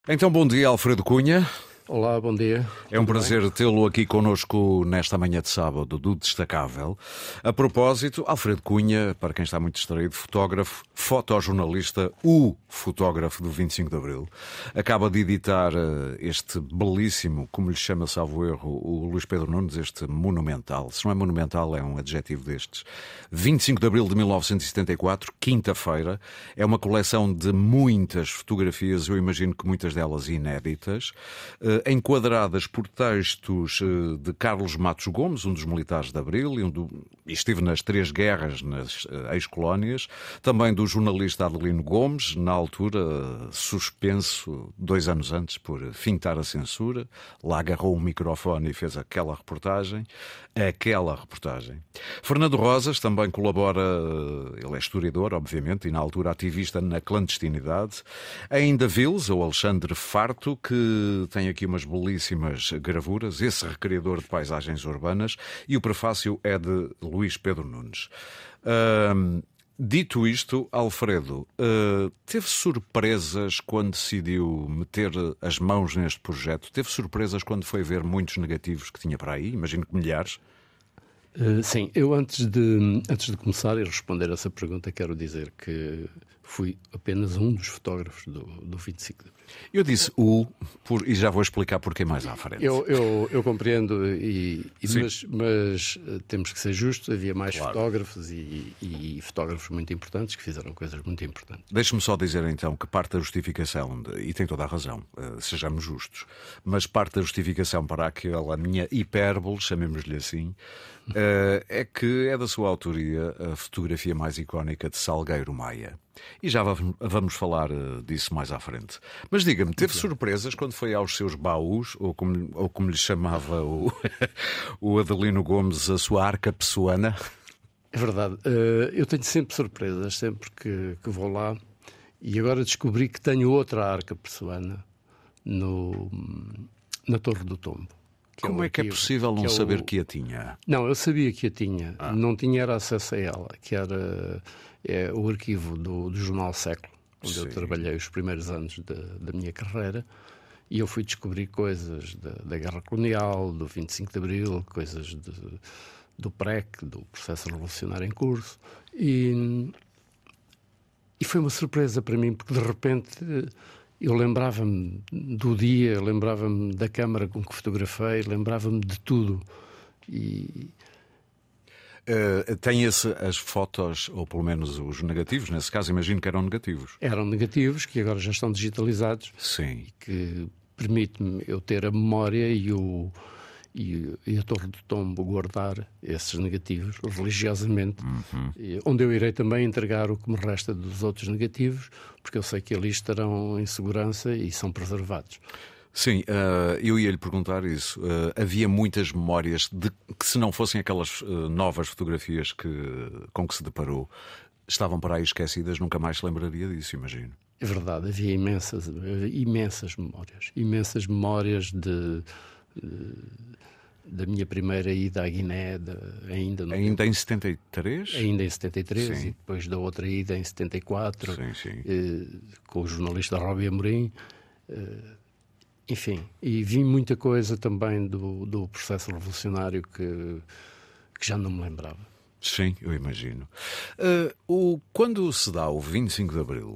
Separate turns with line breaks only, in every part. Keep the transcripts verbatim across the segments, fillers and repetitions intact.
Então, bom dia, Alfredo Cunha.
Olá, bom dia.
É um prazer tê-lo aqui connosco nesta manhã de sábado do Destacável. A propósito, Alfredo Cunha, para quem está muito distraído, fotógrafo, fotojornalista, o fotógrafo do vinte e cinco de Abril, acaba de editar este belíssimo, como lhe chama, salvo erro, o Luís Pedro Nunes, este monumental. Se não é monumental, é um adjetivo destes. vinte e cinco de Abril de mil novecentos e setenta e quatro, quinta-feira. É uma coleção de muitas fotografias, eu imagino que muitas delas inéditas, enquadradas por textos de Carlos Matos Gomes, um dos militares de Abril, e, um do... e esteve nas três guerras nas ex-colónias, também do jornalista Adelino Gomes, na altura suspenso dois anos antes por fintar a censura. Lá agarrou um microfone e fez aquela reportagem, aquela reportagem. Fernando Rosas também colabora, ele é historiador, obviamente, e na altura ativista na clandestinidade. Ainda Vils, ou Alexandre Farto, que tem aqui umas belíssimas gravuras, esse recriador de paisagens urbanas, e o prefácio é de Luís Pedro Nunes. Uh, dito isto, Alfredo, uh, teve surpresas quando decidiu meter as mãos neste projeto? Teve surpresas quando foi ver muitos negativos que tinha para aí? Imagino que milhares.
Uh, sim, eu antes de, antes de começar e responder essa pergunta, quero dizer que fui apenas um dos fotógrafos do, do vinte e cinco de Abril.
Eu disse o, por, e já vou explicar porquê mais à frente.
Eu, eu, eu compreendo, e, e, mas, mas temos que ser justos, havia mais claro. fotógrafos e, e fotógrafos muito importantes que fizeram coisas muito importantes.
Deixe-me só dizer então que parte da justificação, de, e tem toda a razão, uh, sejamos justos, mas parte da justificação para aquela minha hipérbole, chamemos-lhe assim, uh, é que é da sua autoria a fotografia mais icónica de Salgueiro Maia. E já vamos falar disso mais à frente. Mas diga-me, teve surpresas quando foi aos seus baús, ou como, ou como lhe chamava o, o Adelino Gomes, a sua arca pessoana?
É verdade. Eu tenho sempre surpresas, sempre que, que vou lá. E agora descobri que tenho outra arca pessoana no, na Torre do Tombo.
Como é, é que é possível não que saber é o... que a tinha?
Não, eu sabia que a tinha. Ah. Não tinha era acesso a ela, que era... É o arquivo do, do Jornal Século, onde Sim. eu trabalhei os primeiros anos de, da minha carreira, e eu fui descobrir coisas da, da Guerra Colonial, do vinte e cinco de Abril, coisas de, do P R E C, do processo revolucionário em curso, e, e foi uma surpresa para mim, porque de repente eu lembrava-me do dia, lembrava-me da câmara com que fotografei, lembrava-me de tudo. E...
Uh, tem esse, as fotos, ou pelo menos os negativos, nesse caso imagino que eram negativos.
Eram negativos, que agora já estão digitalizados.
Sim.
E que permite-me eu ter a memória e, o, e, e a Torre do Tombo guardar esses negativos religiosamente,
uhum.
e, onde eu irei também entregar o que me resta dos outros negativos, porque eu sei que ali estarão em segurança e são preservados.
Sim, uh, eu ia lhe perguntar isso. Uh, havia muitas memórias de que, se não fossem aquelas uh, novas fotografias que, com que se deparou, estavam para aí esquecidas, nunca mais se lembraria disso, imagino.
É verdade, havia imensas, imensas memórias. Imensas memórias de, de, da minha primeira ida à Guiné, de, ainda, no
ainda em setenta e três?
Ainda em setenta e três,
sim.
E depois da outra ida em setenta e quatro,
sim, sim.
Eh, com o jornalista Robbie Amorim. Eh, Enfim, e vi muita coisa também do, do processo revolucionário que, que já não me lembrava.
Sim, eu imagino. Uh, o, quando se dá o vinte e cinco de Abril,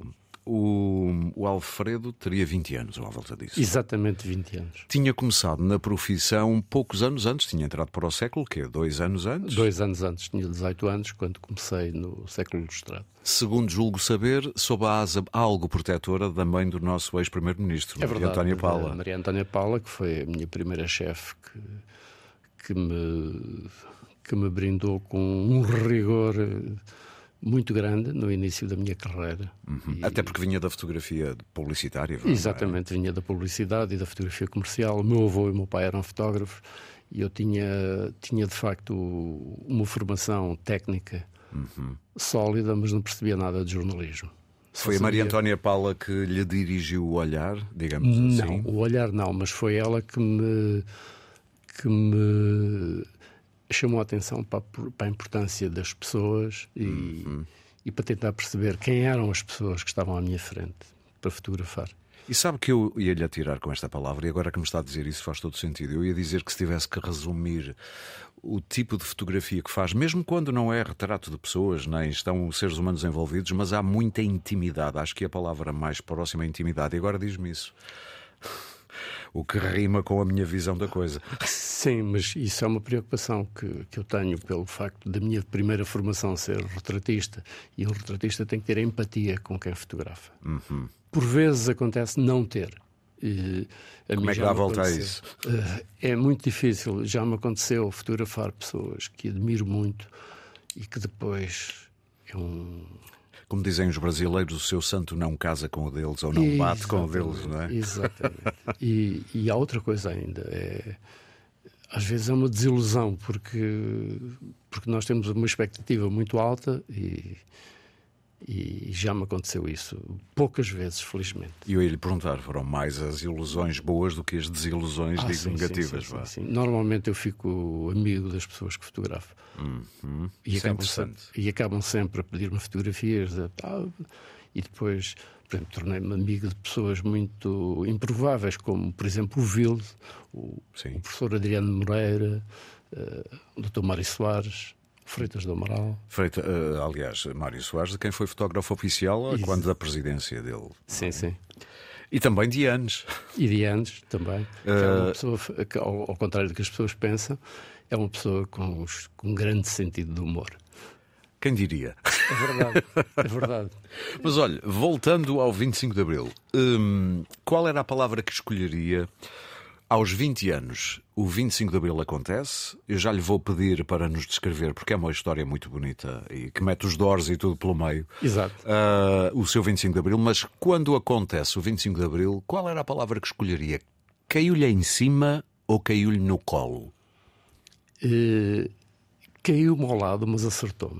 o, o Alfredo teria vinte anos, ou à volta disso.
Exatamente vinte anos.
Tinha começado na profissão poucos anos antes, tinha entrado para o século, que é dois anos antes?
Dois anos antes, tinha dezoito anos, quando comecei no século ilustrado.
Segundo julgo saber, sob a asa algo protetora da mãe do nosso ex-primeiro-ministro,
é
Maria Antónia Paula.
Maria Antónia Paula, que foi a minha primeira chefe, que, que, me, que me brindou com um rigor muito grande no início da minha carreira.
Uhum. E... Até porque vinha da fotografia publicitária.
Exatamente, vinha da publicidade e da fotografia comercial. O meu avô e o meu pai eram fotógrafos e eu tinha, tinha de facto uma formação técnica
uhum.
sólida, mas não percebia nada de jornalismo.
Só foi sabia... a Maria Antónia Paula que lhe dirigiu o olhar, digamos
não,
assim?
Não, o olhar não, mas foi ela que me... que me chamou a atenção para a, para a importância das pessoas e,
uhum.
e para tentar perceber quem eram as pessoas que estavam à minha frente para fotografar.
E sabe que eu ia-lhe atirar com esta palavra, e agora que me está a dizer isso faz todo sentido. Eu ia dizer que se tivesse que resumir o tipo de fotografia que faz, mesmo quando não é retrato de pessoas, nem estão seres humanos envolvidos, mas há muita intimidade. Acho que a palavra mais próxima é intimidade. E agora diz-me isso. O que rima com a minha visão da coisa.
Sim, mas isso é uma preocupação que, que eu tenho pelo facto da minha primeira formação ser retratista, e um retratista tem que ter empatia com quem fotografa.
Uhum.
Por vezes acontece não ter. E a
Como
mim
é que
já
dá a
me
volta a
aconteceu.
isso?
É muito difícil. Já me aconteceu fotografar pessoas que admiro muito e que depois é um...
Como dizem os brasileiros, o seu santo não casa com o deles ou não bate
Exatamente,
com o deles, não é?
Exatamente. E, e há outra coisa ainda. É, às vezes é uma desilusão, porque, porque nós temos uma expectativa muito alta e, e já me aconteceu isso poucas vezes, felizmente.
E eu ia lhe perguntar, foram mais as ilusões boas do que as desilusões,
Ah,
digo,
sim,
negativas?
sim, sim,
vá.
sim, sim. Normalmente eu fico amigo das pessoas que fotografo.
Uhum.
E,
Isso é
acabam sempre,
interessante.
e acabam sempre a pedir-me fotografias. A, ah, e depois, por exemplo, tornei-me amigo de pessoas muito improváveis, como, por exemplo, o Vilde, o,
Sim.
o professor Adriano Moreira, uh, o doutor Mário Soares, o Freitas do Amaral.
Freita, uh, aliás, Mário Soares, de quem foi fotógrafo oficial
Isso.
quando da presidência dele.
Sim, sim.
E também de anos.
E de anos também. Que é uma pessoa, que, ao, ao contrário do que as pessoas pensam, é uma pessoa com, com um grande sentido de humor.
Quem diria?
É verdade, é verdade.
Mas olha, voltando ao vinte e cinco de Abril, hum, qual era a palavra que escolheria? Aos vinte anos, o vinte e cinco de Abril acontece. Eu já lhe vou pedir para nos descrever, porque é uma história muito bonita e que mete os Doors e tudo pelo meio.
Exato.
Uh, o seu vinte e cinco de Abril, mas quando acontece o vinte e cinco de Abril, qual era a palavra que escolheria? Caiu-lhe em cima ou caiu-lhe no colo?
Uh, caiu-me ao lado, mas acertou-me.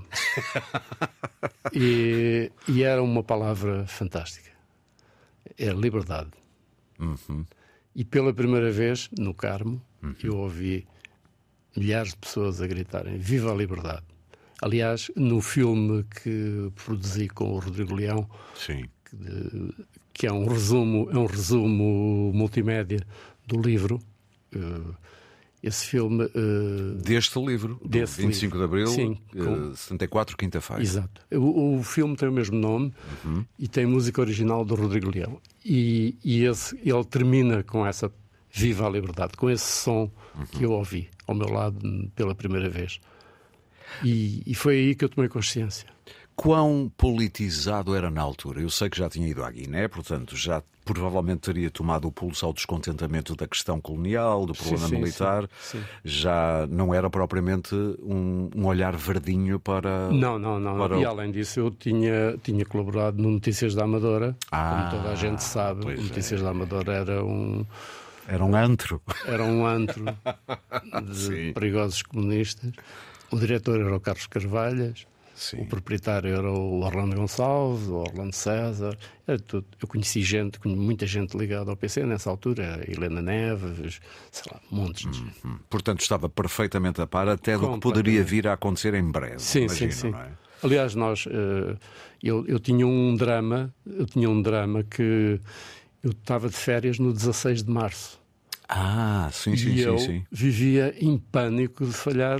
e, e era uma palavra fantástica. É liberdade.
Uhum.
E pela primeira vez, no Carmo, uhum. eu ouvi milhares de pessoas a gritarem Viva a Liberdade. Aliás, no filme que produzi com o Rodrigo Leão,
Sim.
Que, que é um resumo, é um resumo multimédia do livro. Uh, esse filme... Uh,
deste livro, do
desse
vinte e cinco
livro.
de Abril,
Sim,
uh, setenta e quatro, quinta-feira.
Exato. O, o filme tem o mesmo nome uhum. e tem música original do Rodrigo Leão. E, e esse, ele termina com essa Viva a Liberdade, com esse som uhum. que eu ouvi ao meu lado pela primeira vez. E, e foi aí que eu tomei consciência.
Quão politizado era na altura? Eu sei que já tinha ido à Guiné, portanto já provavelmente teria tomado o pulso ao descontentamento da questão colonial, do problema
sim, sim,
militar.
Sim, sim.
Já não era propriamente um, um olhar verdinho para...
Não, não, não.
Para...
E além disso eu tinha, tinha colaborado no Notícias da Amadora.
Ah,
como toda a gente sabe, o Notícias
é.
da Amadora era um...
Era um antro.
Era um antro de
Sim.
perigosos comunistas. O diretor era o Carlos Carvalhas. Sim. O proprietário era o Orlando Gonçalves, o Orlando César, era tudo. Eu conheci gente, conheci muita gente ligada ao P C nessa altura, a Helena Neves, sei lá, montes de gente.
Uhum. Portanto, estava perfeitamente a par até do que poderia vir a acontecer em breve.
Sim,
imagino,
sim, sim.
Não é?
Aliás, nós, eu, eu tinha um drama, eu tinha um drama que eu estava de férias no dezasseis de março.
Ah, sim, sim,
e
sim,
eu
sim.
vivia em pânico de falhar.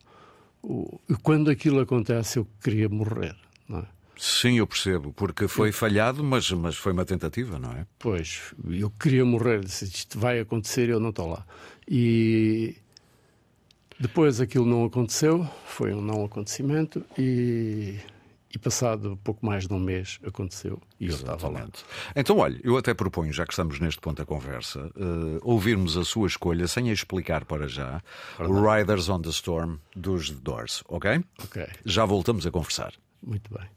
Quando aquilo acontece, eu queria morrer, não é?
Sim, eu percebo, porque foi eu... falhado, mas, mas foi uma tentativa, não é?
Pois, eu queria morrer, disse, isto vai acontecer e eu não estou lá. E depois aquilo não aconteceu, foi um não acontecimento e... E passado pouco mais de um mês aconteceu e eu estava lá.
Então, olha, eu até proponho, já que estamos neste ponto da conversa, uh, ouvirmos a sua escolha, sem a explicar para já, o Riders on the Storm dos The Doors, ok?
Ok.
Já voltamos a conversar.
Muito bem.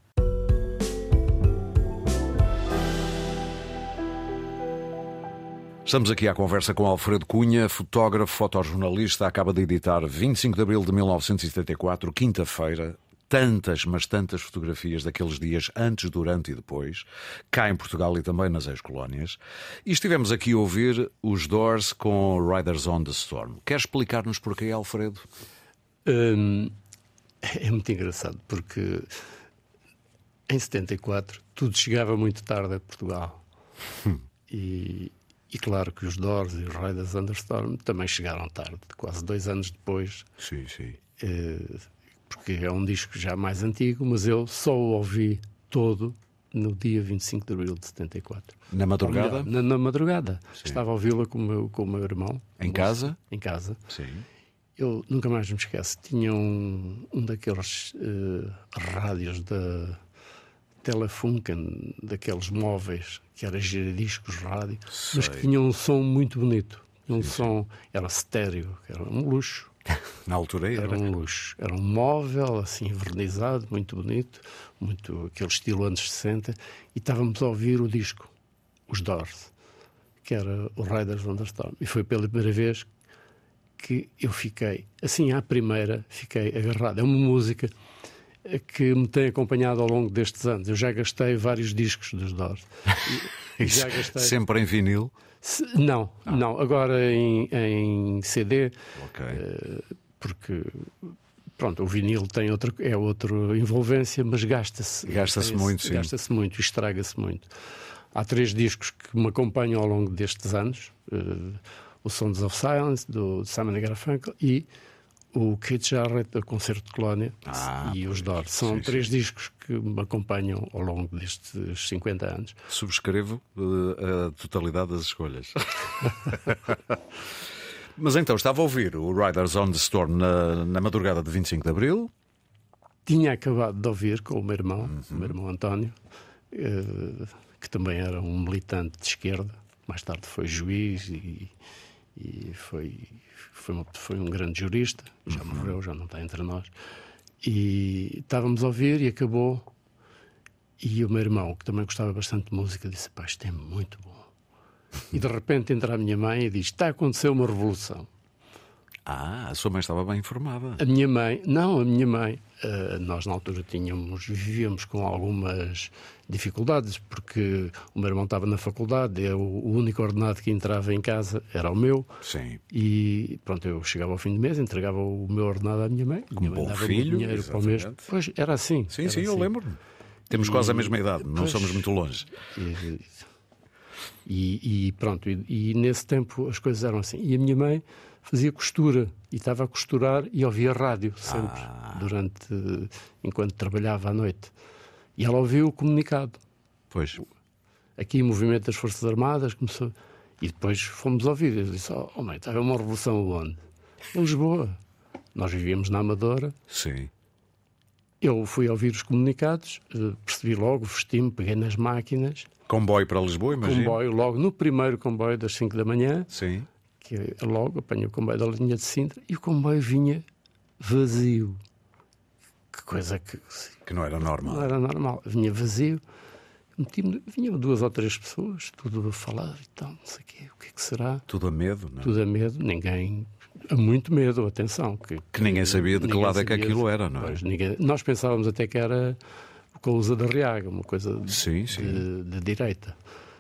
Estamos aqui à conversa com Alfredo Cunha, fotógrafo, fotojornalista, acaba de editar vinte e cinco de Abril de mil novecentos e setenta e quatro, quinta-feira. Tantas, mas tantas fotografias daqueles dias antes, durante e depois, cá em Portugal e também nas ex-colónias. E estivemos aqui a ouvir os Doors com Riders on the Storm. Quer explicar-nos porquê, Alfredo?
Hum, é muito engraçado, porque em setenta e quatro tudo chegava muito tarde a Portugal. Hum. E, e claro que os Doors e os Riders Thunderstorm também chegaram tarde, quase dois anos depois.
Sim, sim.
Uh, porque é um disco já mais antigo, mas eu só o ouvi todo no dia vinte e cinco de abril de setenta e quatro.
Na madrugada?
Melhor, na, na madrugada. Sim. Estava a ouvi-la com o meu, com o meu irmão.
Em casa?
Em casa.
Sim.
Eu nunca mais me esqueço. Tinha um, um daqueles uh, rádios da Telefunken, daqueles móveis, que era giradiscos rádio, Sei. mas que tinha um som muito bonito. Um sim, som, sim. Era estéreo, era um luxo.
Na altura era.
Era um luxo. Era um móvel, assim, envernizado, muito bonito, muito aquele estilo anos sessenta, e estávamos a ouvir o disco, os Doors, que era o Riders Thunderstorm. E foi pela primeira vez que eu fiquei, assim, à primeira, fiquei agarrado. É uma música que me tem acompanhado ao longo destes anos. Eu já gastei vários discos dos Doors.
E já gastei... Sempre em vinil?
Se, não, ah. não. Agora em, em C D,
okay.
uh, porque pronto, o vinil tem outra, é outra envolvência, mas gasta-se.
Gasta-se muito, sim.
Gasta-se muito e estraga-se muito. Há três discos que me acompanham ao longo destes anos: uh, o Sounds of Silence, do Simon and Garfunkel, e o Keith Jarrett, do Concerto de Colónia,
ah,
e os Doors. São
sim,
três
sim.
discos que me acompanham ao longo destes cinquenta anos.
Subscrevo uh, a totalidade das escolhas. Mas então, estava a ouvir o Riders on the Storm na, na madrugada de vinte e cinco de abril.
Tinha acabado de ouvir com o meu irmão,
uhum.
o meu irmão António, uh, que também era um militante de esquerda. Mais tarde foi juiz e, e foi... Foi, uma, foi um grande jurista, já
uhum.
morreu, já não está entre nós. E estávamos a ouvir e acabou. E o meu irmão, que também gostava bastante de música, disse: pá, isto é muito bom. E de repente entra a minha mãe e diz: está a acontecer uma revolução.
Ah, a sua mãe estava bem informada.
A minha mãe, não, a minha mãe, uh, nós na altura tínhamos, vivíamos com algumas dificuldades, porque o meu irmão estava na faculdade, eu, o único ordenado que entrava em casa era o meu.
Sim.
E pronto, eu chegava ao fim do mês, entregava o meu ordenado à minha mãe.
Como
minha mãe
bom
dava
filho,
dinheiro para o mês. Pois, era assim.
Sim,
era
sim,
assim.
eu lembro-me. Temos e, quase a mesma idade, não pois, somos muito longe.
E, e, e pronto, e, e nesse tempo as coisas eram assim. E a minha mãe fazia costura e estava a costurar e ouvia rádio sempre,
ah.
durante, enquanto trabalhava à noite. E ela ouviu o comunicado.
Pois.
Aqui o movimento das Forças Armadas começou. E depois fomos ouvir. Eu disse: oh, oh mãe, estava uma revolução onde? Em Lisboa. Nós vivíamos na Amadora.
Sim.
Eu fui ouvir os comunicados, percebi logo, vesti-me, peguei nas máquinas.
Comboio para Lisboa, imagino.
Comboio, logo no primeiro comboio das cinco da manhã.
Sim.
Que logo apanhei o comboio da linha de Sintra e o comboio vinha vazio. Que coisa que...
Que não era normal.
Não era normal. Vinha vazio. Vinham duas ou três pessoas, tudo a falar e tal, não sei o quê. O que é que será?
Tudo a medo, não é?
Tudo a medo. Ninguém... A muito medo, atenção. Que,
que ninguém sabia de que lado é que aquilo era, não é?
Pois, ninguém... Nós pensávamos até que era o Cousa da Riaga, uma coisa
sim, sim.
De, de direita.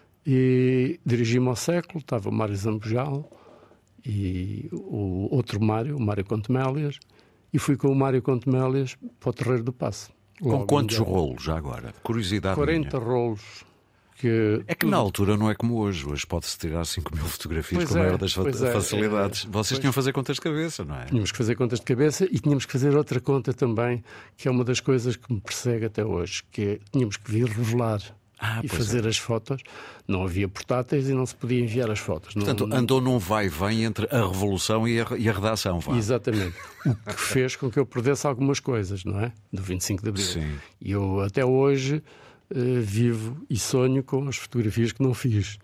E dirigi-me ao século, estava o Mário Zambojal e o outro Mário, o Mário Contemélias, e fui com o Mário Contemélias para o Terreiro do Paço.
Com quantos rolos, já agora? Curiosidade
quarenta
minha.
rolos. Que
é que tudo... na altura não é como hoje. Hoje pode-se tirar cinco mil fotografias
pois
com a
é,
maior das facilidades.
É, é,
Vocês
pois...
tinham que fazer contas de cabeça, não é?
Tínhamos que fazer contas de cabeça e tínhamos que fazer outra conta também, que é uma das coisas que me persegue até hoje, que é, tínhamos que vir revelar
ah,
e fazer
é.
as fotos. Não havia portáteis e não se podia enviar as fotos.
Portanto,
não,
andou num vai-vem entre a revolução e a, e a redação. Vá.
Exatamente. O que fez com que eu perdesse algumas coisas, não é? Do vinte e cinco de abril.
Sim.
E eu até hoje uh, vivo e sonho com as fotografias que não fiz.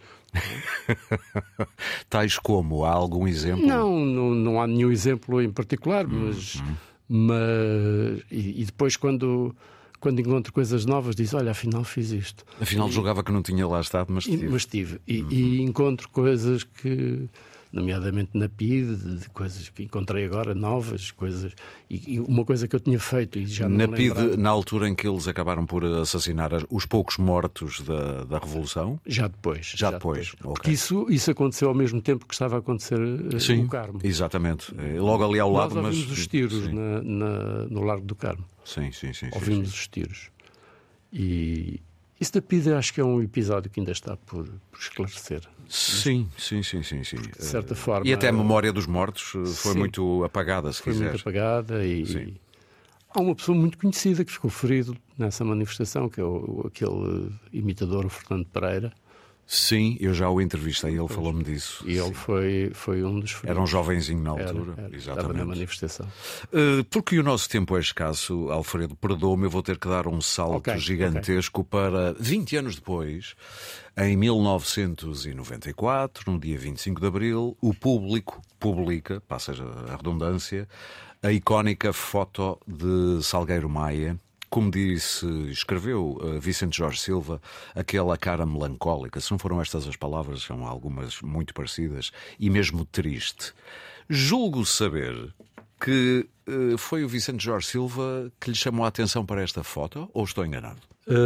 Tais como? Há algum exemplo?
Não, não, não há nenhum exemplo em particular, mas,
uhum.
mas e, e depois quando, quando encontro coisas novas diz, olha, afinal fiz isto.
Afinal
e,
julgava que não tinha lá estado, mas tive.
E, mas tive. E,
uhum.
e encontro coisas que, nomeadamente na P I D, de coisas que encontrei agora, novas coisas, e, e uma coisa que eu tinha feito e já não
na
me
P I D,
lembrava.
na altura em que eles acabaram por assassinar os poucos mortos da, da Revolução?
Já depois.
Já, já depois,
depois.
Okay.
Porque isso, isso aconteceu ao mesmo tempo que estava a acontecer
Sim,
no Carmo.
Exatamente, logo ali ao
Nós
lado.
ouvimos
mas...
os tiros na, na, no Largo do Carmo.
Sim, sim, sim.
Ouvimos
sim, sim.
os tiros. E, e Isso da PIDE acho que é um episódio que ainda está por, por esclarecer.
Sim, sim, sim, sim, sim.
De certa forma.
E até a memória dos mortos foi
sim,
muito apagada, se
foi
quiser.
muito apagada e,
Sim.
há uma pessoa muito conhecida que ficou ferido nessa manifestação, que é o, aquele imitador, o Fernando Pereira.
Sim, eu já o entrevistei, ele falou-me disso.
E ele foi, foi um dos feridos.
Era um jovenzinho na altura,
Era, era,
exatamente.
Estava na manifestação.
Uh, porque o nosso tempo é escasso, Alfredo, perdoa-me, eu vou ter que dar um salto
okay,
gigantesco okay. para vinte anos depois, em mil novecentos e noventa e quatro, no dia vinte e cinco de abril, o Público publica, passa a redundância, a icónica foto de Salgueiro Maia. Como disse, escreveu uh, Vicente Jorge Silva, aquela cara melancólica, se não foram estas as palavras, são algumas muito parecidas, e mesmo triste. Julgo saber que uh, foi o Vicente Jorge Silva que lhe chamou a atenção para esta foto, ou estou enganado?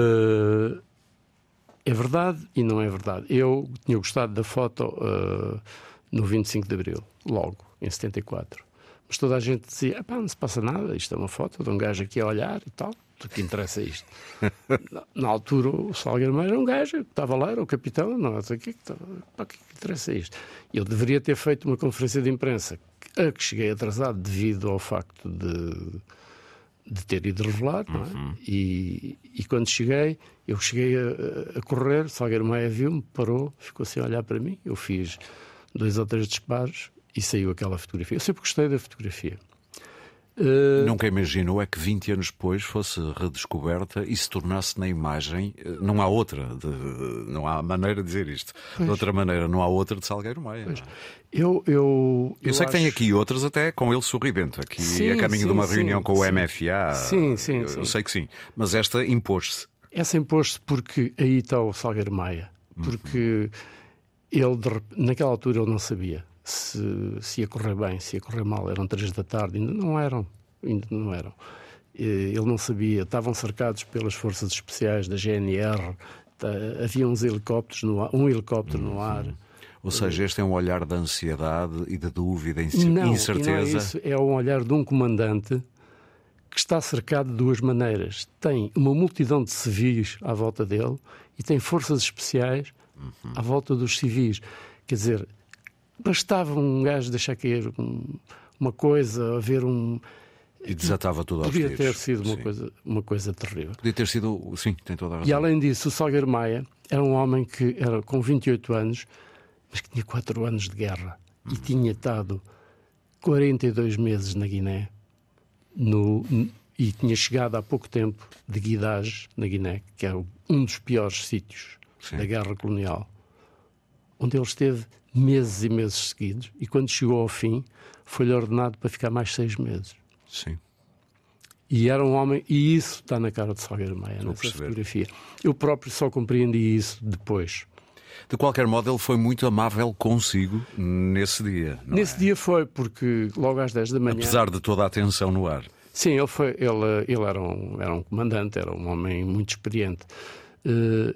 Uh, é verdade e não é verdade. Eu tinha gostado da foto uh, no vinte e cinco de abril, logo, em setenta e quatro. Mas toda a gente dizia, não se passa nada, isto é uma foto de um gajo aqui a olhar e tal. O que interessa é isto. na, na altura, o Salgueiro Maia era um gajo que estava lá, era o capitão, não sei o que, para que interessa isto. Eu deveria ter feito uma conferência de imprensa, a que cheguei atrasado devido ao facto de, de ter ido revelar, não é? Uhum. E, e quando cheguei, eu cheguei a, a correr, o Salgueiro Maia viu-me, parou, ficou assim a olhar para mim, eu fiz dois ou três disparos e saiu aquela fotografia. Eu sempre gostei da fotografia.
Uh... Nunca imaginou é que vinte anos depois fosse redescoberta e se tornasse na imagem. Não há outra, de, não há maneira de dizer isto. Pois. De outra maneira, não há outra de Salgueiro Maia.
Pois. Eu, eu, eu,
eu sei
acho...
que tem aqui outras até com ele sorridente, aqui sim, a caminho sim, de uma
sim,
reunião com
sim.
o M F A.
Sim, sim,
eu,
sim.
eu sei que sim, mas esta impôs-se.
Essa impôs-se porque aí está o Salgueiro Maia. Porque uhum. ele, naquela altura, ele não sabia se, se ia correr bem, se ia correr mal. Eram três da tarde, ainda não eram. Ainda não eram. Ele não sabia. Estavam cercados pelas forças especiais da G N R. Havia uns helicópteros no ar, um helicóptero uhum. no ar.
Ou seja, este é um olhar de ansiedade e de dúvida, incerteza.
Não, não é isso. É um olhar de um comandante que está cercado de duas maneiras. Tem uma multidão de civis à volta dele e tem forças especiais uhum. à volta dos civis. Quer dizer, bastava um gajo deixar cair uma coisa, haver um...
E desatava tudo aos
tiros.
Podia
ter sido uma coisa, uma coisa terrível.
Podia ter sido, sim, tem toda a razão.
E além disso, o Salgueiro Maia era um homem que era com vinte e oito anos, mas que tinha quatro anos de guerra uhum. e tinha estado quarenta e dois meses na Guiné no, e tinha chegado há pouco tempo de Guidage, na Guiné, que é um dos piores sítios sim. da guerra colonial, onde ele esteve meses e meses seguidos e quando chegou ao fim foi-lhe ordenado para ficar mais seis meses.
Sim.
E era um homem, e isso está na cara de Salgueiro Maia, nessa fotografia. Eu próprio só compreendi isso depois.
De qualquer modo, ele foi muito amável consigo nesse dia. Não
nesse
é?
dia foi, porque logo às dez da manhã...
Apesar de toda a tensão no ar.
Sim, ele, foi, ele, ele era, um, era um comandante, era um homem muito experiente. Uh,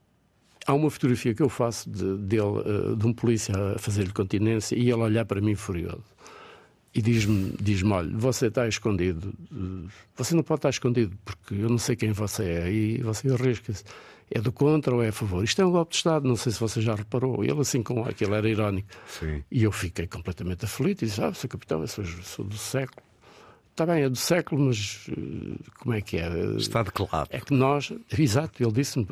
há uma fotografia que eu faço de, dele, uh, de um polícia a fazer-lhe continência e ele olhar para mim furioso. E diz-me, diz-me, olha, você está escondido. Você não pode estar escondido, porque eu não sei quem você é. E você arrisca-se. É do contra ou é a favor? Isto é um golpe de Estado, não sei se você já reparou. Ele assim com aquilo era irónico.
Sim.
E eu fiquei completamente aflito. E disse, ah, seu capitão, eu sou, sou do século. Está bem, é do século, mas como é que é?
Está declarado.
É que nós, exato, ele disse-me,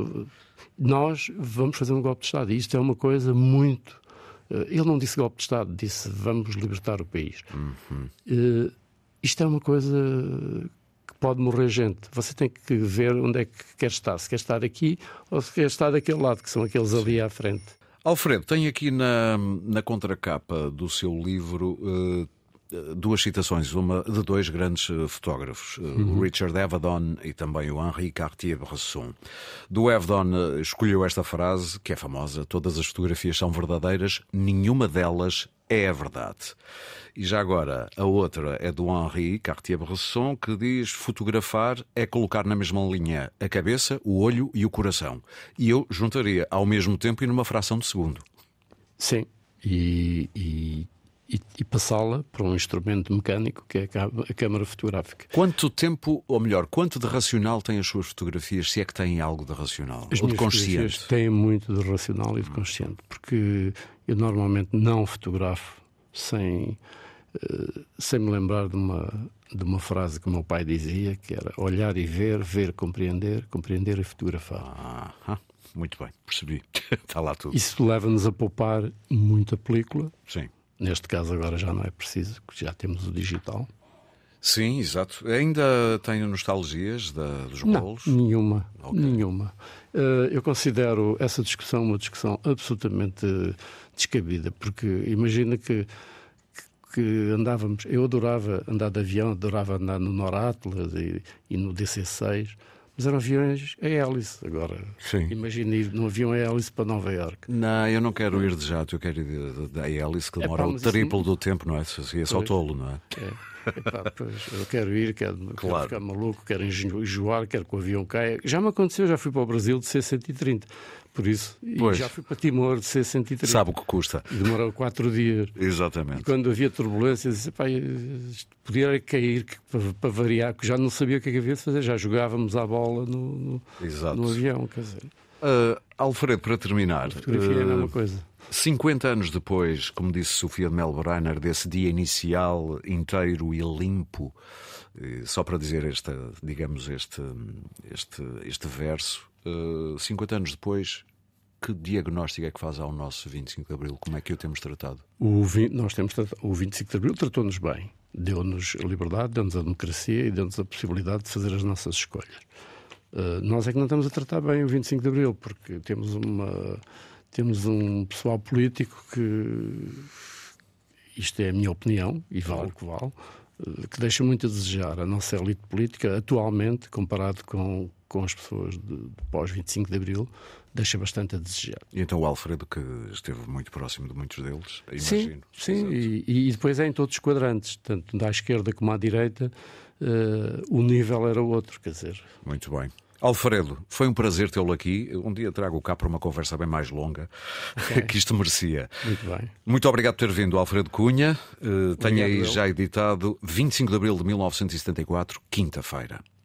nós vamos fazer um golpe de Estado. E isto é uma coisa muito... Ele não disse golpe de Estado, disse vamos libertar o país.
Uhum.
Uh, isto é uma coisa que pode morrer gente. Você tem que ver onde é que quer estar. Se quer estar aqui ou se quer estar daquele lado, que são aqueles Sim. ali à frente.
Alfredo, tem aqui na, na contracapa do seu livro uh, duas citações, uma de dois grandes fotógrafos, uhum. o Richard Avedon e também o Henri Cartier-Bresson. Do Avedon escolheu esta frase, que é famosa: todas as fotografias são verdadeiras, nenhuma delas é a verdade. E já agora, a outra é do Henri Cartier-Bresson, que diz: fotografar é colocar na mesma linha a cabeça, o olho e o coração. E eu juntaria ao mesmo tempo e numa fração de segundo.
Sim, e... e... e, e passá-la para um instrumento mecânico que é a câmara fotográfica.
Quanto tempo, ou melhor, quanto de racional têm as suas fotografias, se é que têm algo de racional?
As
ou de
minhas
consciente?
fotografias têm muito de racional e de consciente, porque eu normalmente não fotografo sem, uh, sem me lembrar de uma, de uma frase que o meu pai dizia, que era olhar e ver, ver, compreender, compreender e fotografar.
Ah, ah, muito bem, percebi. Está lá tudo.
Isso leva-nos a poupar muita película.
Sim.
Neste caso agora já não é preciso, porque já temos o digital.
Sim, exato. Ainda tem nostalgias da, dos rolos?
Não, nenhuma.
Okay.
Nenhuma. Uh, eu considero essa discussão uma discussão absolutamente descabida, porque imagina que, que, que andávamos... Eu adorava andar de avião, adorava andar no Noratlas e, e no D C seis, mas eram aviões a hélice. Agora,
sim,
imagina ir num avião a hélice para Nova Iorque.
Não, eu não quero ir de jato, eu quero ir da hélice, que demora é, pá, o triplo isso... do tempo, não é? É só tolo, não é?
É. Epá, pois, eu quero ir, quero, claro. quero ficar maluco, quero enjoar, quero que o avião caia. Já me aconteceu, já fui para o Brasil de C cento e trinta, por isso, e já fui para Timor de C cento e trinta.
Sabe o que custa?
E demorou quatro dias.
Exatamente.
E quando havia turbulências, disse, epá, podia cair, que, para, para variar, que já não sabia o que, é que havia de fazer, já jogávamos à bola no, no, no avião. Quer dizer.
Uh, Alfredo, para terminar,
a fotografia uh... é a mesma coisa.
cinquenta anos depois, como disse Sofia de Melbrenner, desse dia inicial inteiro e limpo, só para dizer esta, digamos, este, este, este verso, cinquenta anos depois, que diagnóstico é que faz ao nosso vinte e cinco de Abril? Como é que o temos tratado?
O, vinte, nós temos tratado, o vinte e cinco de Abril tratou-nos bem, deu-nos a liberdade, deu-nos a democracia e deu-nos a possibilidade de fazer as nossas escolhas. Uh, nós é que não estamos a tratar bem o vinte e cinco de Abril, porque temos uma... Temos um pessoal político que, isto é a minha opinião, e vale o que vale, que deixa muito a desejar a nossa elite política, atualmente, comparado com, com as pessoas de, de pós vinte e cinco de Abril, deixa bastante a desejar.
E então o Alfredo, que esteve muito próximo de muitos deles,
Sim,
imagino.
sim e, e depois é em todos os quadrantes, tanto da esquerda como à direita, uh, o nível era outro, quer dizer...
Muito bem. Alfredo, foi um prazer tê-lo aqui. Um dia trago cá para uma conversa bem mais longa, okay. que isto merecia.
Muito bem.
Muito obrigado por ter vindo, Alfredo Cunha. Uh, tenho aí já editado vinte e cinco de Abril de mil novecentos e setenta e quatro, quinta-feira.